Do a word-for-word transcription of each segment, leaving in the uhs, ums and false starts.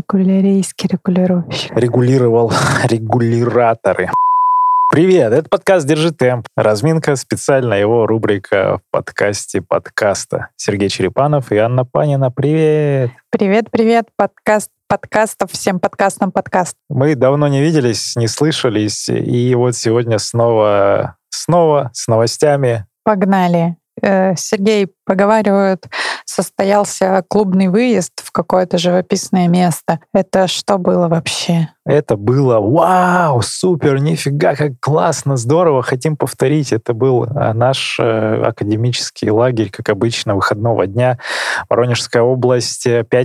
Артиллерийский регулировщик. Регулировал регулираторы. Привет, это подкаст «Держи темп». Разминка, специальная его рубрика в подкасте подкаста. Сергей Черепанов и Анна Панина. Привет! Привет-привет, подкаст подкастов, всем подкастам подкаст. Мы давно не виделись, не слышались, и вот сегодня снова, снова с новостями. Погнали. Сергей, поговаривают, состоялся клубный выезд в какое-то живописное место. Это что было вообще? Это было вау, супер, нифига, как классно, здорово, хотим повторить. Это был наш академический лагерь, как обычно, выходного дня. Воронежская область,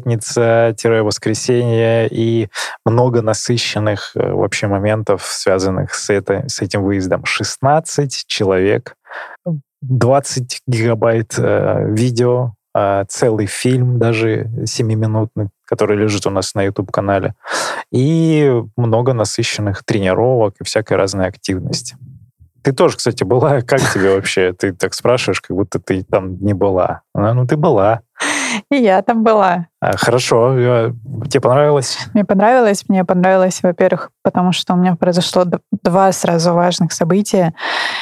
пятница-воскресенье и много насыщенных вообще моментов, связанных с, это, с этим выездом. шестнадцать человек, двадцать гигабайт э, видео, э, целый фильм, даже семиминутный, который лежит у нас на YouTube-канале, и много насыщенных тренировок и всякой разной активности. Ты тоже, кстати, была. Как тебе вообще? Ты так спрашиваешь, как будто ты там не была. Ну, ты была. И я там была. Хорошо. Тебе понравилось? Мне понравилось. Мне понравилось, во-первых, потому что у меня произошло два сразу важных события.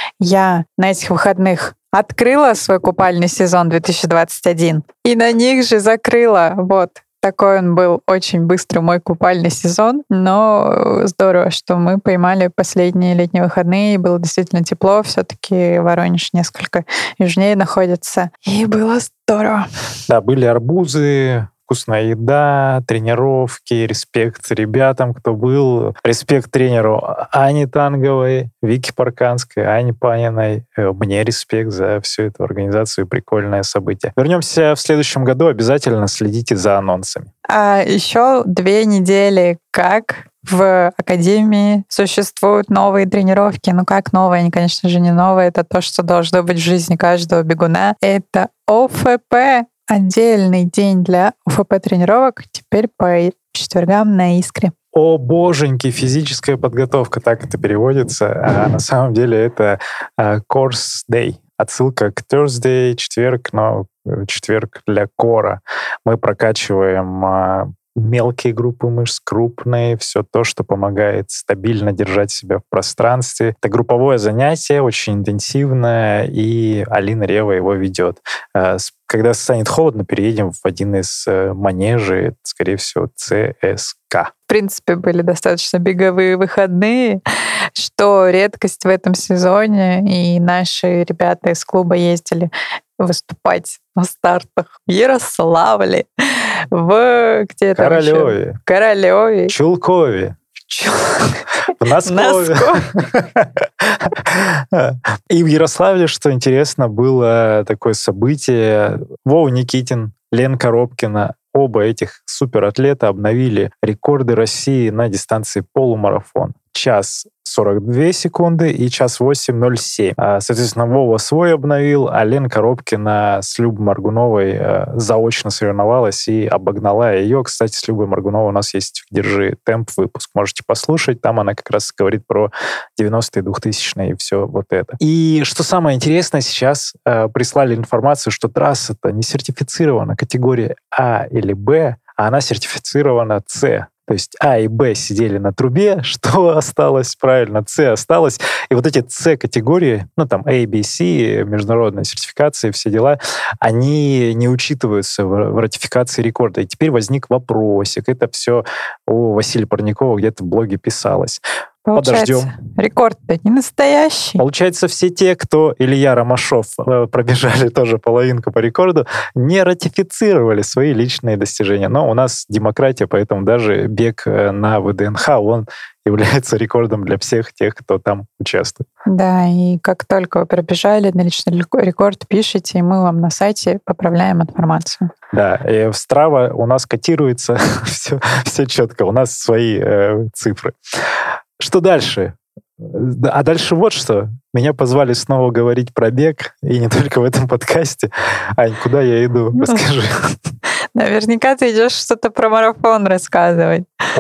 Я на этих выходных открыла свой купальный сезон две тысячи двадцать один и на них же закрыла. Вот. Такой он был очень быстрый, мой купальный сезон, но здорово, что мы поймали последние летние выходные, и было действительно тепло, все-таки Воронеж несколько южнее находится, и было здорово. Да, были арбузы, вкусная еда, тренировки, респект ребятам, кто был, респект тренеру Ане Танговой, Вике Парканской, Ане Паниной, мне респект за всю эту организацию, прикольное событие. Вернемся в следующем году, обязательно следите за анонсами. А еще две недели как в Академии существуют новые тренировки. Ну как новые? Они, конечно же, не новые. Это то, что должно быть в жизни каждого бегуна. Это О Ф П. Отдельный день для О Ф П тренировок теперь по четвергам на Искре. О боженьки, физическая подготовка, так это переводится. А на самом деле это Course Day. Отсылка к Thursday, четверг, но четверг для кора. Мы прокачиваем мелкие группы мышц, крупные, все то, что помогает стабильно держать себя в пространстве. Это групповое занятие, очень интенсивное, и Алина Рева его ведет. Когда станет холодно, переедем в один из манежей, скорее всего, Цэ Эс Ка. В принципе, были достаточно беговые выходные, что редкость в этом сезоне, и наши ребята из клуба ездили выступать на стартах в Ярославле, в где там Королеве, еще? Королеве, Чулкове, Чул... в Носкове. И в Ярославле, что интересно, было такое событие. Вова Никитин, Лена Коробкина, оба этих суператлета обновили рекорды России на дистанции полумарафон. Час сорок две секунды и час восемь ноль семь. Соответственно, Вова свой обновил, а Лена Коробкина с Любой Моргуновой заочно соревновалась и обогнала ее. Кстати, с Любой Моргуновой у нас есть «Держи темп» выпуск. Можете послушать. Там она как раз говорит про девяностые, двухтысячные и все вот это. И что самое интересное, сейчас прислали информацию, что трасса-то не сертифицирована категория А или Б, а она сертифицирована С. То есть А и Б сидели на трубе, что осталось правильно, С осталось. И вот эти С-категории, ну там A, B, C, международная сертификация, все дела, они не учитываются в, в ратификации рекорда. И теперь возник вопросик. Это все у Василия Парникова где-то в блоге писалось. Получается, подождем. Рекорд-то не настоящий. Получается, все те, кто Илья Ромашов пробежали тоже половинку по рекорду, не ратифицировали свои личные достижения. Но у нас демократия, поэтому даже бег на вэ дэ эн ха, он является рекордом для всех тех, кто там участвует. Да, и как только вы пробежали на личный рекорд, пишите, и мы вам на сайте поправляем информацию. Да, и в Strava у нас котируется все, все четко, у нас свои э, цифры. Что дальше? А дальше вот что. Меня позвали снова говорить про бег, и не только в этом подкасте. Ань, куда я иду? Расскажи. Наверняка ты идешь что-то про марафон рассказывать. О,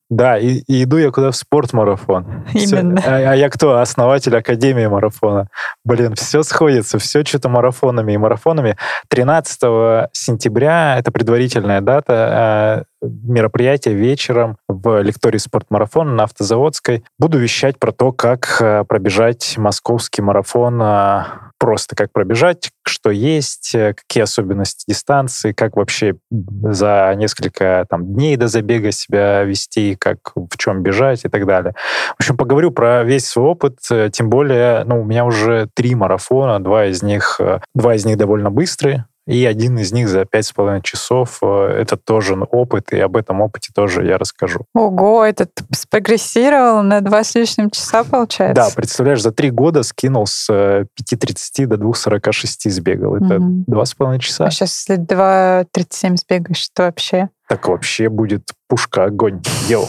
Да, и, и иду я куда в спортмарафон. Именно. Все, а, а я кто? Основатель Академии марафона. Блин, все сходится, все что-то марафонами и марафонами. тринадцатого сентября, это предварительная дата, мероприятие вечером в лектории спортмарафона на Автозаводской. Буду вещать про то, как пробежать московский марафон, просто как пробежать, что есть, какие особенности дистанции, как вообще за несколько там, дней до забега себя вести, как в чем бежать и так далее. В общем, поговорю про весь свой опыт, тем более, ну, у меня уже три марафона, два из них, два из них довольно быстрые, и один из них за пять с половиной часов. Это тоже опыт, и об этом опыте тоже я расскажу. Ого, это ты спрогрессировал на два с лишним часа, получается? Да, представляешь, за три года скинул с пяти тридцати до двух сорока шести сбегал. Это Мгм. два с половиной часа. А сейчас, если два тридцать семь сбегаешь, то вообще... Так вообще будет пушка, огонь. Йоу.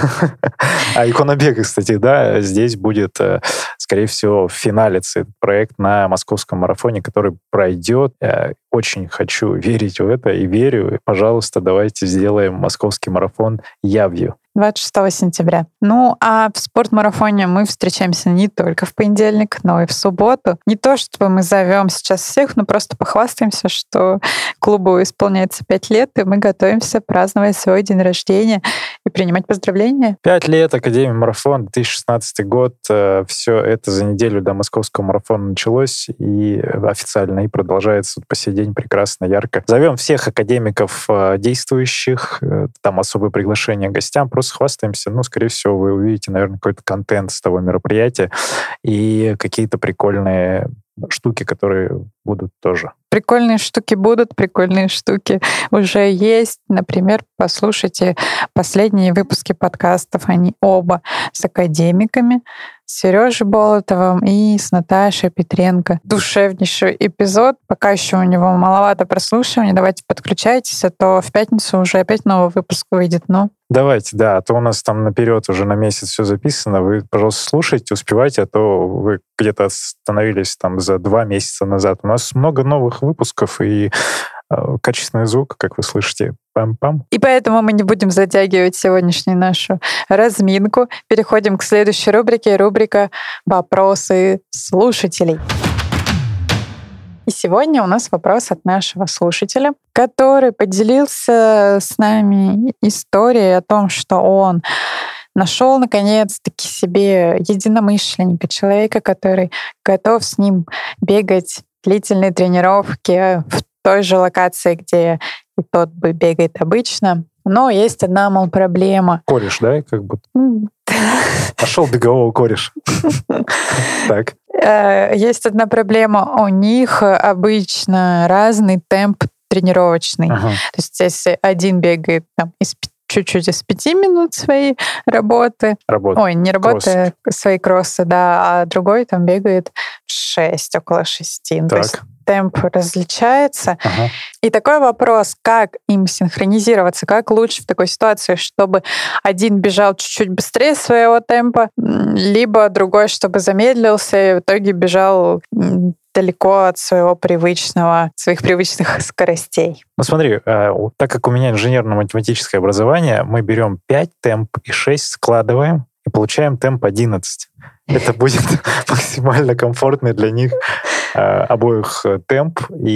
А иконобега, кстати, да, здесь будет, э, скорее всего, финалиться этот проект на московском марафоне, который пройдет. Я очень хочу верить в это и верю. Пожалуйста, давайте сделаем московский марафон явью. двадцать шестого сентября. Ну, а в спортмарафоне мы встречаемся не только в понедельник, но и в субботу. Не то, чтобы мы зовем сейчас всех, но просто похвастаемся, что клубу исполняется пять лет, и мы готовимся праздновать свой день рождения и принимать поздравления. Пять лет, Академия марафон, две тысячи шестнадцатый год. э, Все это за неделю до московского марафона началось и официально и продолжается вот по сей день прекрасно, ярко. Зовем всех академиков э, действующих, э, там особое приглашение гостям, просто хвастаемся. Ну, скорее всего, вы увидите, наверное, какой-то контент с того мероприятия и какие-то прикольные штуки, которые будут тоже. Прикольные штуки будут, прикольные штуки уже есть. Например, послушайте последние выпуски подкастов. Они оба с академиками, с Сережей Болотовым и с Наташей Петренко. Душевнейший эпизод. Пока еще у него маловато прослушивания. Давайте подключайтесь, а то в пятницу уже опять новый выпуск выйдет. Ну, Давайте, да, а то у нас там наперед уже на месяц все записано. Вы, пожалуйста, слушайте, успевайте, а то вы где-то остановились там за два месяца назад. У нас много новых выпусков и э, качественный звук, как вы слышите. Пам-пам. и поэтому мы не будем затягивать сегодняшнюю нашу разминку. Переходим к следующей рубрике. Рубрика «Вопросы слушателей». И сегодня у нас вопрос от нашего слушателя, который поделился с нами историей о том, что он нашел наконец-таки себе единомышленника, человека, который готов с ним бегать длительные тренировки в той же локации, где и тот бы бегает обычно. Но есть одна, мол, проблема. Кореш, да, как будто? М, Нашел бегового кореша. Так. Э, Есть одна проблема. У них обычно разный темп тренировочный. Ага. То есть если один бегает там, из пи- чуть-чуть из пяти минут своей работы, Работа. ой, не Кроссы. работы, а свои кроссы, да, а другой там бегает шесть, около шести. Ну, то есть Так. темп различается. Ага. И такой вопрос, как им синхронизироваться, как лучше в такой ситуации, чтобы один бежал чуть-чуть быстрее своего темпа, м, либо другой, чтобы замедлился и в итоге бежал м, далеко от своего привычного, своих привычных скоростей. Ну смотри, э, вот так как у меня инженерно-математическое образование, мы берем пять темп и шесть складываем и получаем темп одиннадцать. Это будет максимально комфортный для них э, обоих э, темп.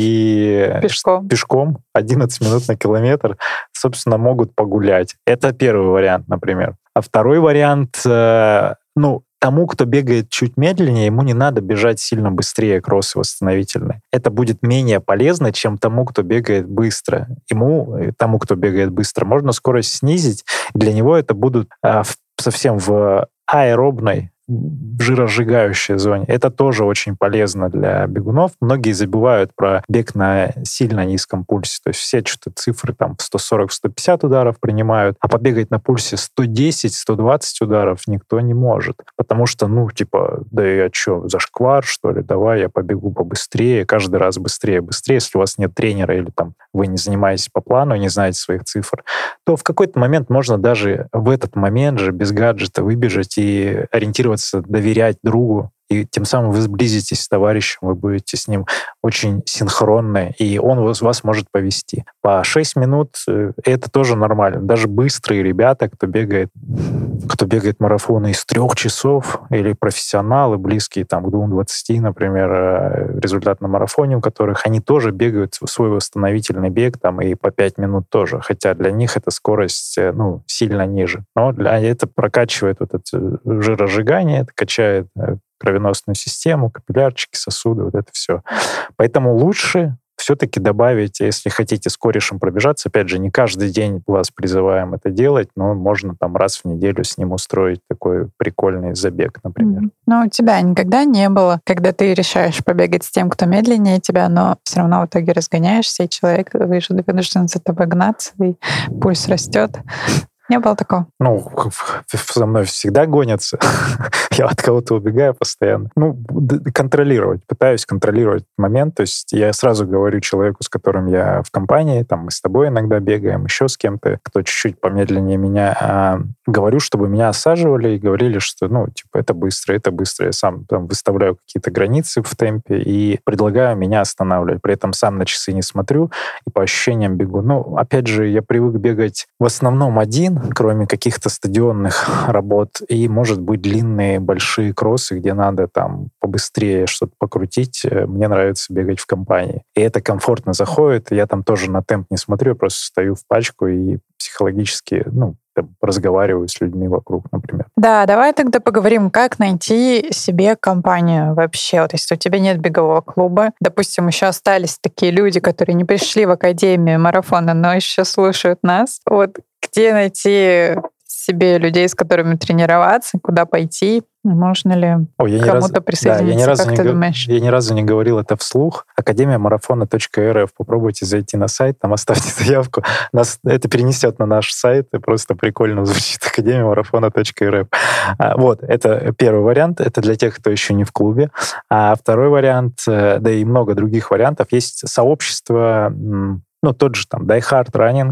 И Пешком. пешком одиннадцать минут на километр, собственно, могут погулять. Это первый вариант, например. А второй вариант, э, ну, тому, кто бегает чуть медленнее, ему не надо бежать сильно быстрее кроссы восстановительные. Это будет менее полезно, чем тому, кто бегает быстро. Ему, э, тому, кто бегает быстро, можно скорость снизить. Для него это будут э, в- совсем в аэробной, в жиросжигающей зоне. Это тоже очень полезно для бегунов. Многие забывают про бег на сильно низком пульсе. То есть все что-то цифры там в сто сорок - сто пятьдесят ударов принимают, а побегать на пульсе сто десять - сто двадцать ударов никто не может. Потому что, ну, типа, да я что, зашквар, что ли? Давай я побегу побыстрее, каждый раз быстрее, быстрее. Если у вас нет тренера или там вы не занимаетесь по плану, не знаете своих цифр, то в какой-то момент можно даже в этот момент же без гаджета выбежать и ориентироваться, доверять другу и тем самым вы сблизитесь с товарищем, вы будете с ним очень синхронны, и он вас, вас может повести. По шесть минут это тоже нормально. Даже быстрые ребята, кто бегает, кто бегает марафоны из трех часов, или профессионалы, близкие там, к двум двадцати, например, результат на марафоне, у которых они тоже бегают свой восстановительный бег там, и по пять минут тоже, хотя для них эта скорость ну, сильно ниже. Но для, это прокачивает вот это жиросжигание, это качает кровеносную систему, капиллярчики, сосуды, вот это все. Поэтому лучше все-таки добавить, если хотите с корешем пробежаться, опять же, не каждый день вас призываем это делать, но можно там раз в неделю с ним устроить такой прикольный забег, например. Mm-hmm. Но у тебя никогда не было, когда ты решаешь побегать с тем, кто медленнее тебя, но все равно в итоге разгоняешься, и человек вынужден за тобой гнаться, и пульс растет. Не было такого? Ну, за мной всегда гонятся. Я от кого-то убегаю постоянно. Ну, контролировать. Пытаюсь контролировать момент. То есть я сразу говорю человеку, с которым я в компании, там мы с тобой иногда бегаем, еще с кем-то, кто чуть-чуть помедленнее меня, а, говорю, чтобы меня осаживали и говорили, что, ну, типа, это быстро, это быстро. Я сам там выставляю какие-то границы в темпе и предлагаю меня останавливать. При этом сам на часы не смотрю и по ощущениям бегу. Ну, опять же, я привык бегать в основном один, кроме каких-то стадионных работ, и, может быть, длинные большие кроссы, где надо там побыстрее что-то покрутить. Мне нравится бегать в компании. И это комфортно заходит. Я там тоже на темп не смотрю, я просто стою в пачку и психологически, ну, разговариваю с людьми вокруг, например. Да, давай тогда поговорим, как найти себе компанию вообще. Вот если у тебя нет бегового клуба, допустим, еще остались такие люди, которые не пришли в академию марафона, но еще слушают нас. Вот где найти себе людей, с которыми тренироваться, куда пойти? Можно ли О, я кому-то разу, присоединиться? Да, я ни разу как не ты г... думаешь? Я ни разу не говорил это вслух. академия марафона точка эр эф. Попробуйте зайти на сайт, там оставьте заявку. Нас это перенесет на наш сайт, и просто прикольно звучит академия марафона точка эр эф. А, вот, это первый вариант. Это для тех, кто еще не в клубе. А второй вариант, да и много других вариантов. Есть сообщество, ну, тот же там Die Hard Running.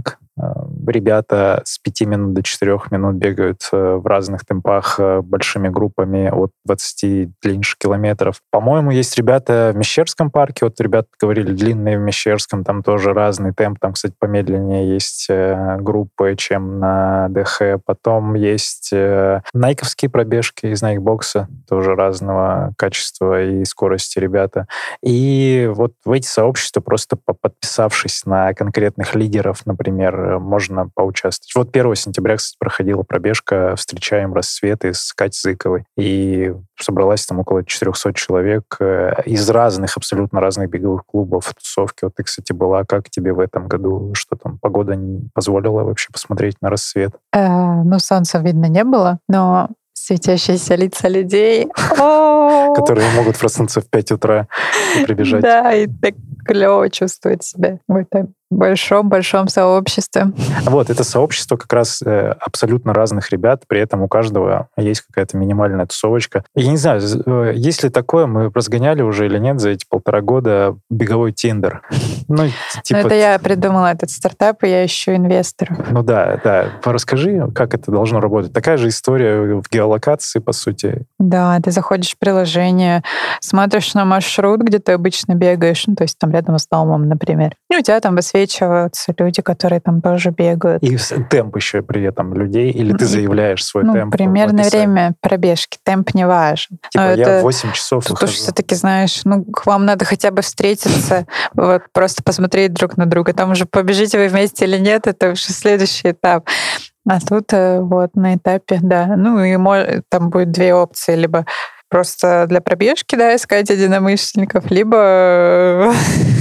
Ребята с пяти минут до четырех минут бегают в разных темпах большими группами от двадцати длиннейших километров. По-моему, есть ребята в Мещерском парке. Вот ребята говорили, длинные в Мещерском, там тоже разный темп. Там, кстати, помедленнее есть группы, чем на ДХ. Потом есть найковские пробежки из Найкбокса, тоже разного качества и скорости ребята. И вот в эти сообщества, просто подписавшись на конкретных лидеров, например, можно поучаствовать. Вот первого сентября, кстати, проходила пробежка «Встречаем рассветы» с Катей Зыковой. И собралась там около четыреста человек из разных, абсолютно разных беговых клубов, тусовки. Вот ты, кстати, была. Как тебе в этом году? Что там, погода не позволила вообще посмотреть на рассвет? Э, ну, солнца видно не было, но светящиеся лица людей. Которые могут проснуться в пять утра и прибежать. Да, и так клево чувствовать себя в этом большом-большом сообществе. Вот, это сообщество как раз э, абсолютно разных ребят, при этом у каждого есть какая-то минимальная тусовочка. Я не знаю, э, есть ли такое, мы разгоняли уже или нет за эти полтора года беговой Тиндер. Ну, типа... это я придумала этот стартап, и я ищу инвесторов. Ну да, да. Расскажи, как это должно работать. Такая же история в геолокации, по сути. Да, ты заходишь в приложение, смотришь на маршрут, где ты обычно бегаешь, ну, то есть там рядом с домом, например. И у тебя там высвечиваются люди, которые там тоже бегают. И темп еще при этом людей, или ты заявляешь свой ну, темп? Примерное время пробежки, темп не важен. Типа но я это, восемь часов Тут уж все-таки, знаешь, ну, к вам надо хотя бы встретиться, вот, просто посмотреть друг на друга. Там уже побежите вы вместе или нет, это уже следующий этап. А тут вот на этапе, да. Ну и там будет две опции. Либо просто для пробежки, да, искать единомышленников, либо...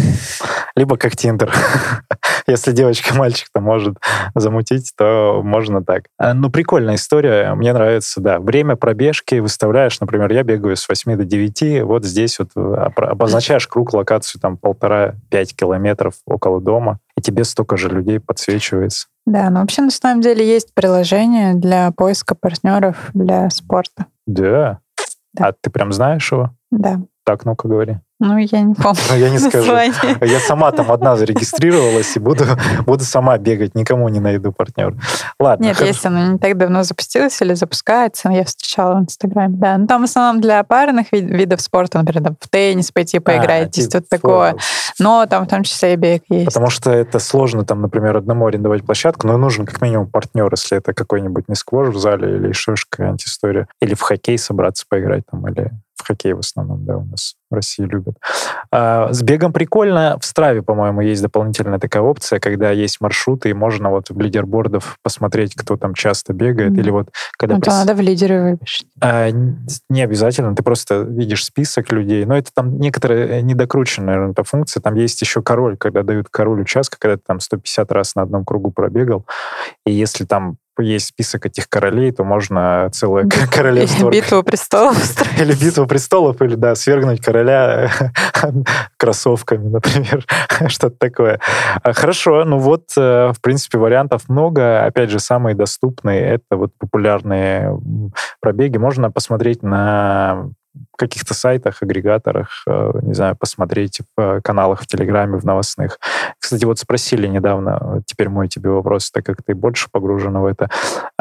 Либо как Тиндер. Если девочка, мальчик-то может замутить, то можно так. Ну, прикольная история. Мне нравится, да. Время пробежки выставляешь, например, я бегаю с восьми до девяти, вот здесь вот обозначаешь круг, локацию там полтора-пять километров около дома, и тебе столько же людей подсвечивается. Да, но вообще на самом деле есть приложение для поиска партнеров для спорта. Да? Да. А ты прям знаешь его? Да. Так, ну-ка говори. Ну, я не помню. Ну, я не скажу. Я сама там одна зарегистрировалась и буду, буду сама бегать, никому не найду партнера. Ладно. Нет, хорошо. если оно не так давно запустилось или запускается, я встречала в Инстаграме, да. Ну, там в основном для парных вид- видов спорта, например, там, в теннис пойти поиграть, А, что-то типа, такое. Но там в том числе и бег есть. Потому что это сложно, там, например, одному арендовать площадку, но нужен как минимум партнер, если это какой-нибудь не сквош в зале или еще какая-нибудь история. Или в хоккей собраться поиграть там, или в хоккей в основном, да, у нас в России любят. А, с бегом прикольно. В Страве, по-моему, есть дополнительная такая опция, когда есть маршруты, и можно вот в лидербордах посмотреть, кто там часто бегает. Mm. Или вот когда... Ну, прис... то надо в лидеры выбежать. А, не обязательно. Ты просто видишь список людей. Но это там некоторые недокрученная, наверное, эта функция. Там есть еще король, когда дают король участка, когда ты там сто пятьдесят раз на одном кругу пробегал. И если там есть список этих королей, то можно целое Бит, королевство... Битву престолов. Или битву престолов, или, да, свергнуть короля кроссовками, например. Что-то такое. Хорошо, ну вот, в принципе, вариантов много. Опять же, самые доступные — это вот популярные пробеги. Можно посмотреть на каких-то сайтах, агрегаторах, не знаю, посмотреть в каналах в Телеграме, в новостных. Кстати, вот спросили недавно, теперь мой тебе вопрос, так как ты больше погружена в это,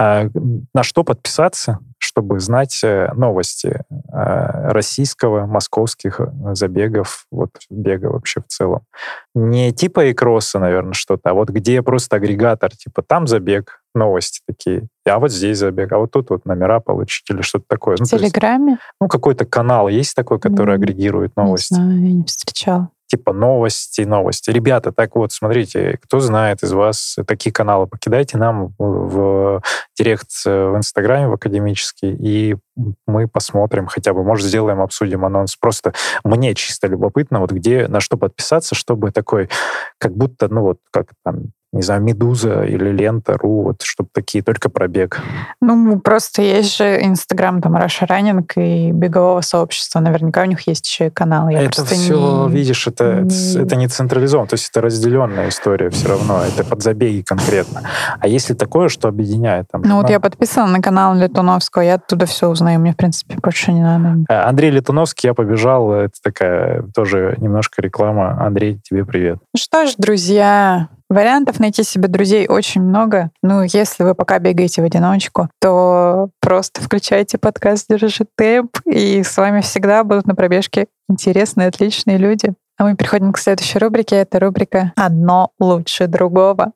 на что подписаться, чтобы знать новости российского, московских забегов, вот бега вообще в целом. Не типа икроса, наверное, что-то, а вот где просто агрегатор, типа там забег, новости такие, а вот здесь забег, а вот тут вот номера получить или что-то такое. В ну, Телеграме? Есть, ну, какой-то канал есть такой, который mm, агрегирует новости? Не знаю, я не встречала. Типа новости, новости. Ребята, так вот, смотрите, кто знает из вас такие каналы, покидайте нам в, в директ в Инстаграме, в академический, и мы посмотрим хотя бы, может, сделаем, обсудим анонс. Просто мне чисто любопытно, вот где, на что подписаться, чтобы такой, как будто, ну вот, как там, не знаю, Медуза или Лента.ру, вот, чтобы такие только пробег. Ну, просто есть же Инстаграм, там, Раша Раннинг и бегового сообщества. Наверняка у них есть еще и каналы. Я это все, не... видишь, это не... это не централизовано, то есть это разделенная история все равно, это под забеги конкретно. А если такое, что объединяет? Там, ну, журнал... вот я подписана на канал Летуновского, я оттуда все узнаю, мне, в принципе, больше не надо. Андрей Летуновский, я побежал, это такая тоже немножко реклама. Андрей, тебе привет. Ну что ж, друзья, вариантов найти себе друзей очень много. Ну, если вы пока бегаете в одиночку, то просто включайте подкаст «Держи темп», и с вами всегда будут на пробежке интересные, отличные люди. А мы переходим к следующей рубрике. Это рубрика «Одно лучше другого».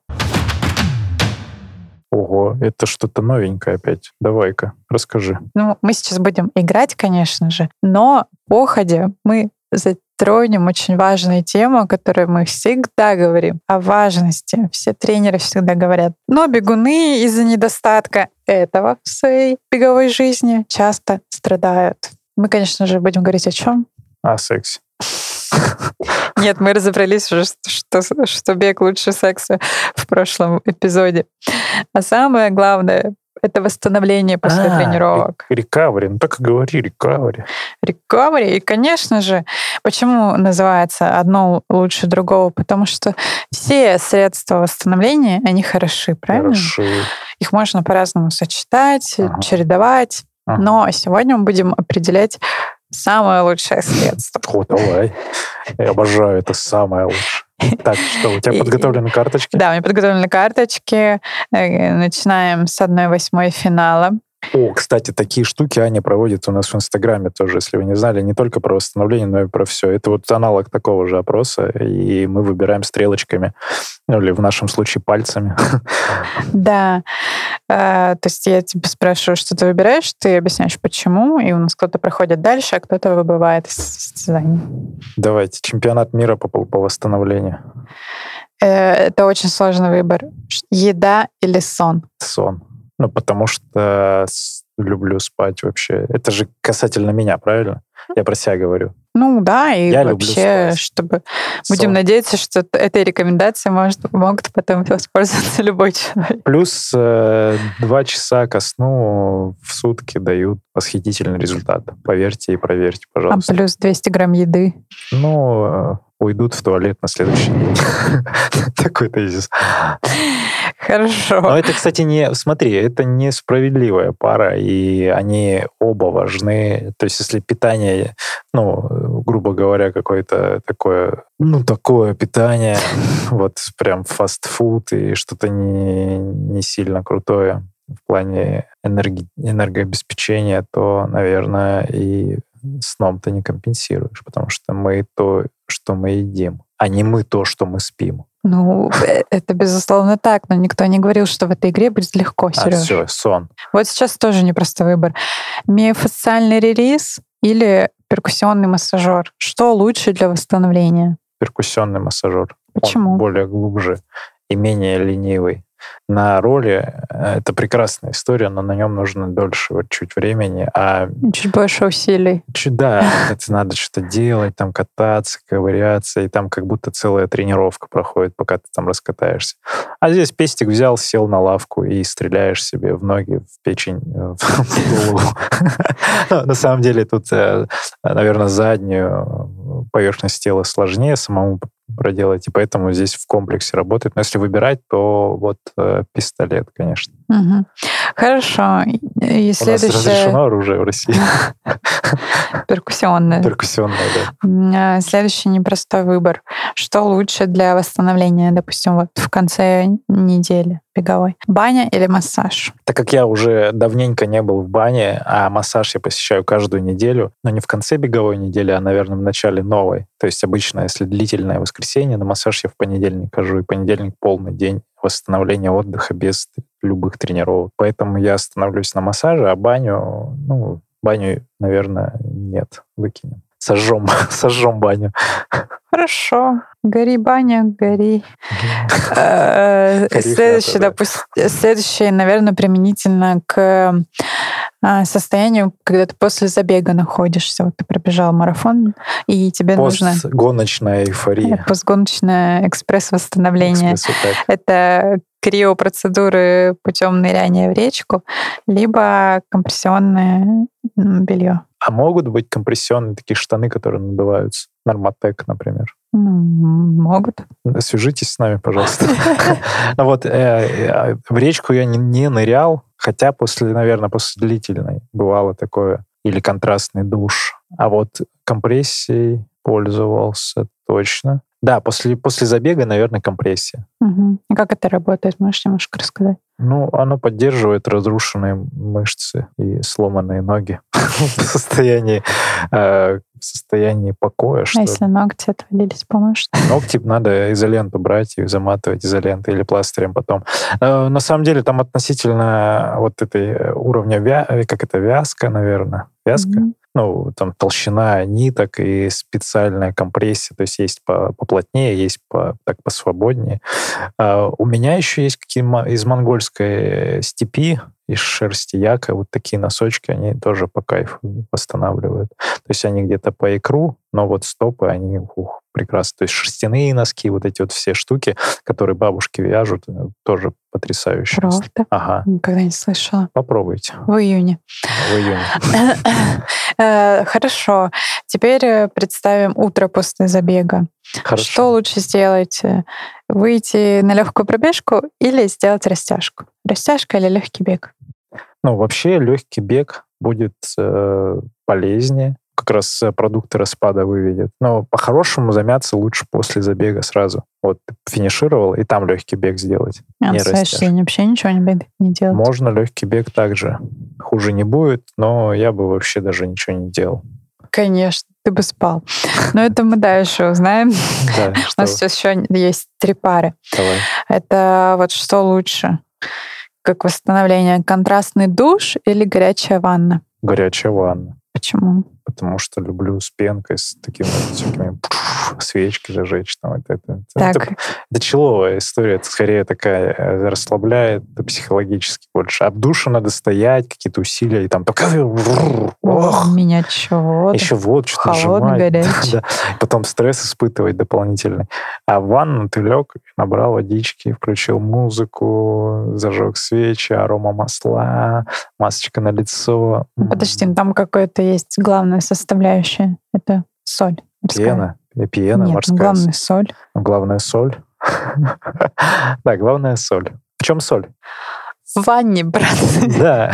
Ого, это что-то новенькое опять. Давай-ка, расскажи. Ну, мы сейчас будем играть, конечно же, но по ходу мы затронем очень важную тему, о которой мы всегда говорим, о важности. Все тренеры всегда говорят. Но бегуны из-за недостатка этого в своей беговой жизни часто страдают. Мы, конечно же, будем говорить о чем? О сексе. Нет, мы разобрались уже, что, что бег лучше секса в прошлом эпизоде. А самое главное — это восстановление после а, тренировок. Рекавери, ну так и говори, рекавери. Рекавери. И, конечно же, почему называется одно лучше другого? Потому что все средства восстановления, они хороши, правильно? Хороши. Их можно по-разному сочетать, ага. чередовать. Ага. Но сегодня мы будем определять самое лучшее средство. О, давай. Я обожаю это самое лучшее. Так, что, у тебя и, подготовлены карточки? Да, у меня подготовлены карточки. Начинаем с одной восьмой финала. О, кстати, такие штуки Аня проводит у нас в Инстаграме тоже, если вы не знали, не только про восстановление, но и про все. Это вот аналог такого же опроса, и мы выбираем стрелочками, ну или в нашем случае пальцами. Да. А, то есть я тебя спрашиваю, что ты выбираешь, ты объясняешь, почему, и у нас кто-то проходит дальше, а кто-то выбывает из состязаний. Давайте. Чемпионат мира по, по восстановлению. Это очень сложный выбор. Еда или сон? Сон. Ну, потому что люблю спать вообще. Это же касательно меня, правильно? Я про себя говорю. Ну да, и я вообще, чтобы... Сон. Будем надеяться, что этой рекомендацией может, могут потом воспользоваться любой человек. Плюс э, два часа ко сну в сутки дают восхитительный результат. Поверьте и проверьте, пожалуйста. А плюс двести грамм еды? Ну, уйдут в туалет на следующий день. Такой тезис. Хорошо. Но это, кстати, не... Смотри, это несправедливая пара, и они оба важны. То есть если питание, ну, грубо говоря, какое-то такое, ну, такое питание, вот прям фастфуд и что-то не, не сильно крутое в плане энерги... энергообеспечения, то, наверное, и сном ты не компенсируешь, потому что мы то, что мы едим, а не мы то, что мы спим. Ну, это безусловно так, но никто не говорил, что в этой игре будет легко, Сереж. А, все, сон. Вот сейчас тоже непростой выбор. Миофасциальный релиз или перкуссионный массажер? Что лучше для восстановления? Перкуссионный массажер. Почему? Он более глубже и менее ленивый. На роли это прекрасная история, но на нем нужно дольше вот чуть времени, а чуть больше усилий. Чуть, да, это надо что-то делать, там кататься, ковыряться, и там как будто целая тренировка проходит, пока ты там раскатаешься. А здесь пестик взял, сел на лавку и стреляешь себе в ноги, в печень, в голову. На самом деле тут, наверное, заднюю поверхность тела сложнее самому проделать, и поэтому здесь в комплексе работает. Но если выбирать, то вот э, пистолет, конечно. Угу. Хорошо. И следующее... У нас разрешено оружие в России. Перкуссионное. Перкуссионное, да. Следующий непростой выбор. Что лучше для восстановления, допустим, вот в конце недели беговой? Баня или массаж? Так как я уже давненько не был в бане, а массаж я посещаю каждую неделю, но не в конце беговой недели, а, наверное, в начале новой. То есть обычно, если длительное воскресенье, на массаж я в понедельник хожу, и понедельник полный день восстановления отдыха без любых тренировок. Поэтому я остановлюсь на массаже, а баню, ну, баню, наверное, нет, выкинем. Сожжем, сожжем баню. Хорошо. Гори, баня, гори. Следующее, допустим, следующее, наверное, применительно к состоянию, когда ты после забега находишься. Вот ты пробежал марафон, и тебе нужно... Постгоночная эйфория. Постгоночное экспресс-восстановление. Это криопроцедуры путем ныряния в речку, либо компрессионное белье. А могут быть компрессионные такие штаны, которые надуваются? Нормотек, например. Могут. Свяжитесь с нами, пожалуйста. Вот в речку я не нырял, хотя после, наверное, после длительной бывало такое, или контрастный душ. А вот компрессией пользовался точно. Да, после, после забега, наверное, компрессия. Угу. Как это работает? Можешь немножко рассказать? Ну, оно поддерживает разрушенные мышцы и сломанные ноги в состоянии, в состоянии покоя. А если ногти отвалились, поможет? Ногти надо изоленту брать и заматывать изолентой или пластырем потом. На самом деле там относительно вот этой уровня, как это, вязка, наверное, вязка. Mm-hmm. Ну, там толщина ниток и специальная компрессия, то есть есть поплотнее, есть по, так посвободнее. А у меня еще есть какие из монгольской степи, из шерсти яка, вот такие носочки, они тоже по кайфу восстанавливают. То есть они где-то по икру, но вот стопы, они ух, прекрасно. То есть шерстяные носки, вот эти вот все штуки, которые бабушки вяжут, тоже потрясающие. Правда? Ага. Никогда не слышала. Попробуйте. В июне. В июне. Хорошо. Теперь представим утро после забега. Хорошо. Что лучше сделать? Выйти на легкую пробежку или сделать растяжку? Растяжка или легкий бег? Ну, вообще легкий бег будет э, полезнее. Как раз продукты распада выведет. Но по-хорошему замяться лучше после забега сразу. Вот финишировал, и там легкий бег сделать. А, не растяжка. Вообще ничего не, бег, не делать? Можно легкий бег также. Хуже не будет, но я бы вообще даже ничего не делал. Конечно, ты бы спал. Но это мы дальше узнаем. Да, у нас сейчас еще есть три пары. Давай. Это вот что лучше? Как восстановление? Контрастный душ или горячая ванна? Горячая ванна. Почему? Потому что люблю с пенкой, с такими всякими свечки зажечь. Там, это, это, так. это, это человая история. Это скорее такая расслабляет психологически больше. А в душе надо стоять, какие-то усилия, и там только... Ох, менять еще воду. Еще воду что-то холодный, горячий. Да. Потом стресс испытывать дополнительный. А в ванну ты лег, набрал водички, включил музыку, зажег свечи, арома масла, масочка на лицо. Подожди, ну там какое-то есть главное составляющая. Это соль. Морская. Пена. Пена Нет, морская. главное соль. Главная соль. Да, главная соль. чем соль? В ванне, брат. Да.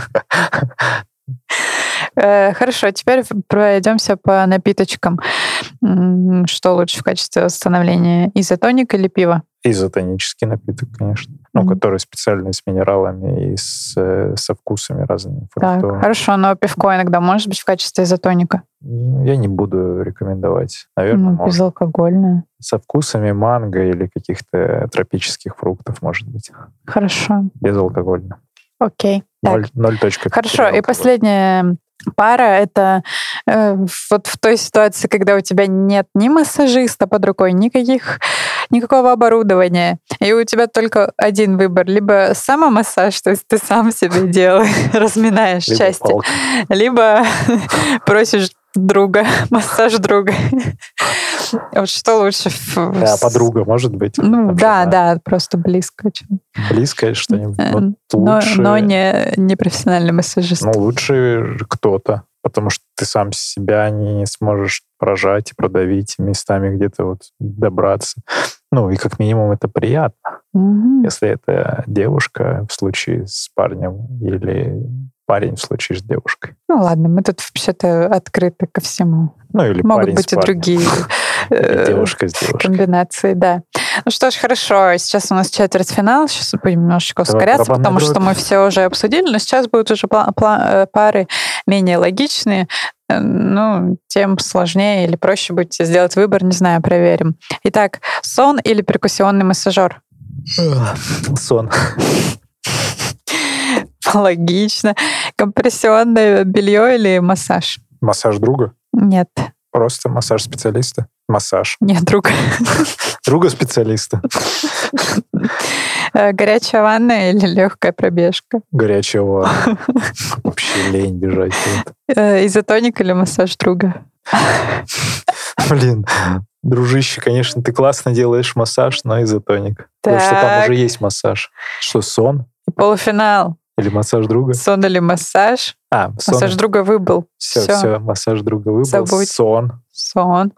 Хорошо, теперь пройдемся по напиточкам. Что лучше в качестве восстановления? Изотоник или пиво? Изотонический напиток, конечно. Ну, mm-hmm. который специально с минералами и с, со вкусами разными. Так, хорошо, но пивко иногда может быть в качестве изотоника? Я не буду рекомендовать. Наверное, ну, безалкогольное. Со вкусами манго или каких-то тропических фруктов, может быть. Хорошо. Безалкогольно. Окей. ноль, ноль точка пять. Хорошо, и последняя пара — это э, вот в той ситуации, когда у тебя нет ни массажиста под рукой, никаких, никакого оборудования, и у тебя только один выбор. Либо самомассаж, то есть ты сам себе делаешь, разминаешь либо части, палка. Либо просишь друга, массаж друга. Вот что лучше? Да, подруга, может быть. Ну, да, жена. Да, просто близко. Близкое что-нибудь. Вот но, лучше... но не, не профессиональный массажист. Ну, лучше кто-то, потому что ты сам себя не сможешь прожать и продавить, местами где-то вот добраться. Ну, и как минимум это приятно. Угу. Если это девушка в случае с парнем или парень в случае с девушкой. Ну ладно, мы тут вообще-то открыты ко всему. Ну или могут парень быть с и парнем. другие девушка с девушкой. Комбинации, да. Ну что ж, хорошо. Сейчас у нас четвертьфинал. Сейчас будем немножечко Давай, ускоряться, потому дробь. что мы все уже обсудили, но сейчас будут уже пары менее логичные. Ну, тем сложнее или проще будет сделать выбор, не знаю, проверим. Итак, сон или перкуссионный массажер? Сон. Логично. Компрессионное белье или массаж? Массаж друга? Нет. Просто массаж специалиста? Массаж. Нет, друга. Друга специалиста? Горячая ванна или легкая пробежка? Горячая ванна. Вообще лень бежать. Изотоник или массаж друга? Блин, дружище, конечно, ты классно делаешь массаж, но изотоник. Потому что там уже есть массаж. Что, сон? Полуфинал. Или массаж друга? Сон или массаж? А, сон. Массаж друга выбыл. Все, все, все, массаж друга выбыл. Забудь. Сон. Сон.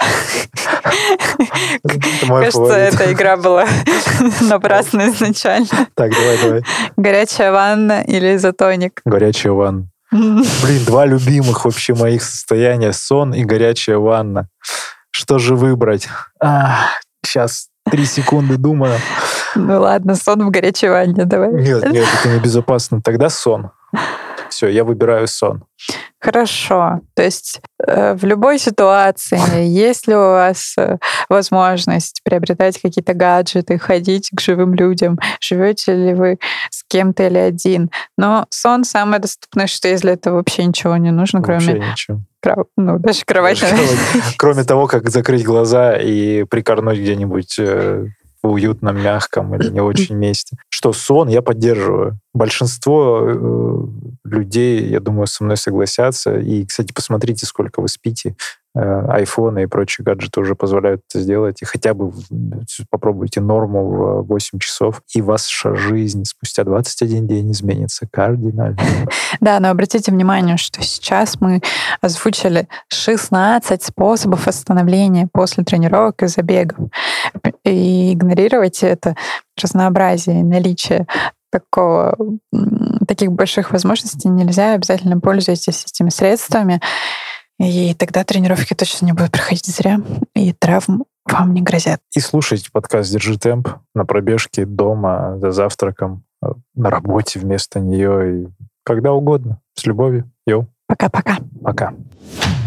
Кажется, эта игра была напрасна изначально. Так, давай, давай. Горячая ванна или изотоник? Горячая ванна. Блин, два любимых вообще моих состояния. Сон и горячая ванна. Что же выбрать? А, сейчас три секунды думаю. Ну ладно, сон в горячей ванне, давай. Нет, нет, это небезопасно. Тогда сон. Все, я выбираю сон. Хорошо. То есть э, в любой ситуации, есть ли у вас э, возможность приобретать какие-то гаджеты, ходить к живым людям, живете ли вы с кем-то или один, но сон самое доступное, что есть для этого вообще ничего не нужно, Вообще кроме... ничего. Кров... Ну, даже кровать. Даже кровать. Кроме того, как закрыть глаза и прикорнуть где-нибудь э, в уютном, мягком или не очень месте. Что сон я поддерживаю. Большинство э, людей, я думаю, со мной согласятся. И, кстати, посмотрите, сколько вы спите. Айфоны и прочие гаджеты уже позволяют это сделать. И хотя бы попробуйте норму в восемь часов, и ваша жизнь спустя двадцать один день изменится кардинально. Да, но обратите внимание, что сейчас мы озвучили шестнадцать способов восстановления после тренировок и забегов. И игнорировать это разнообразие, наличие такого, таких больших возможностей нельзя. Обязательно пользуйтесь этими средствами. И тогда тренировки точно не будут проходить зря, и травм вам не грозят. И слушайте подкаст «Держи темп» на пробежке, дома, за завтраком, на работе вместо нее, и когда угодно. С любовью. Йоу. Пока-пока. Пока.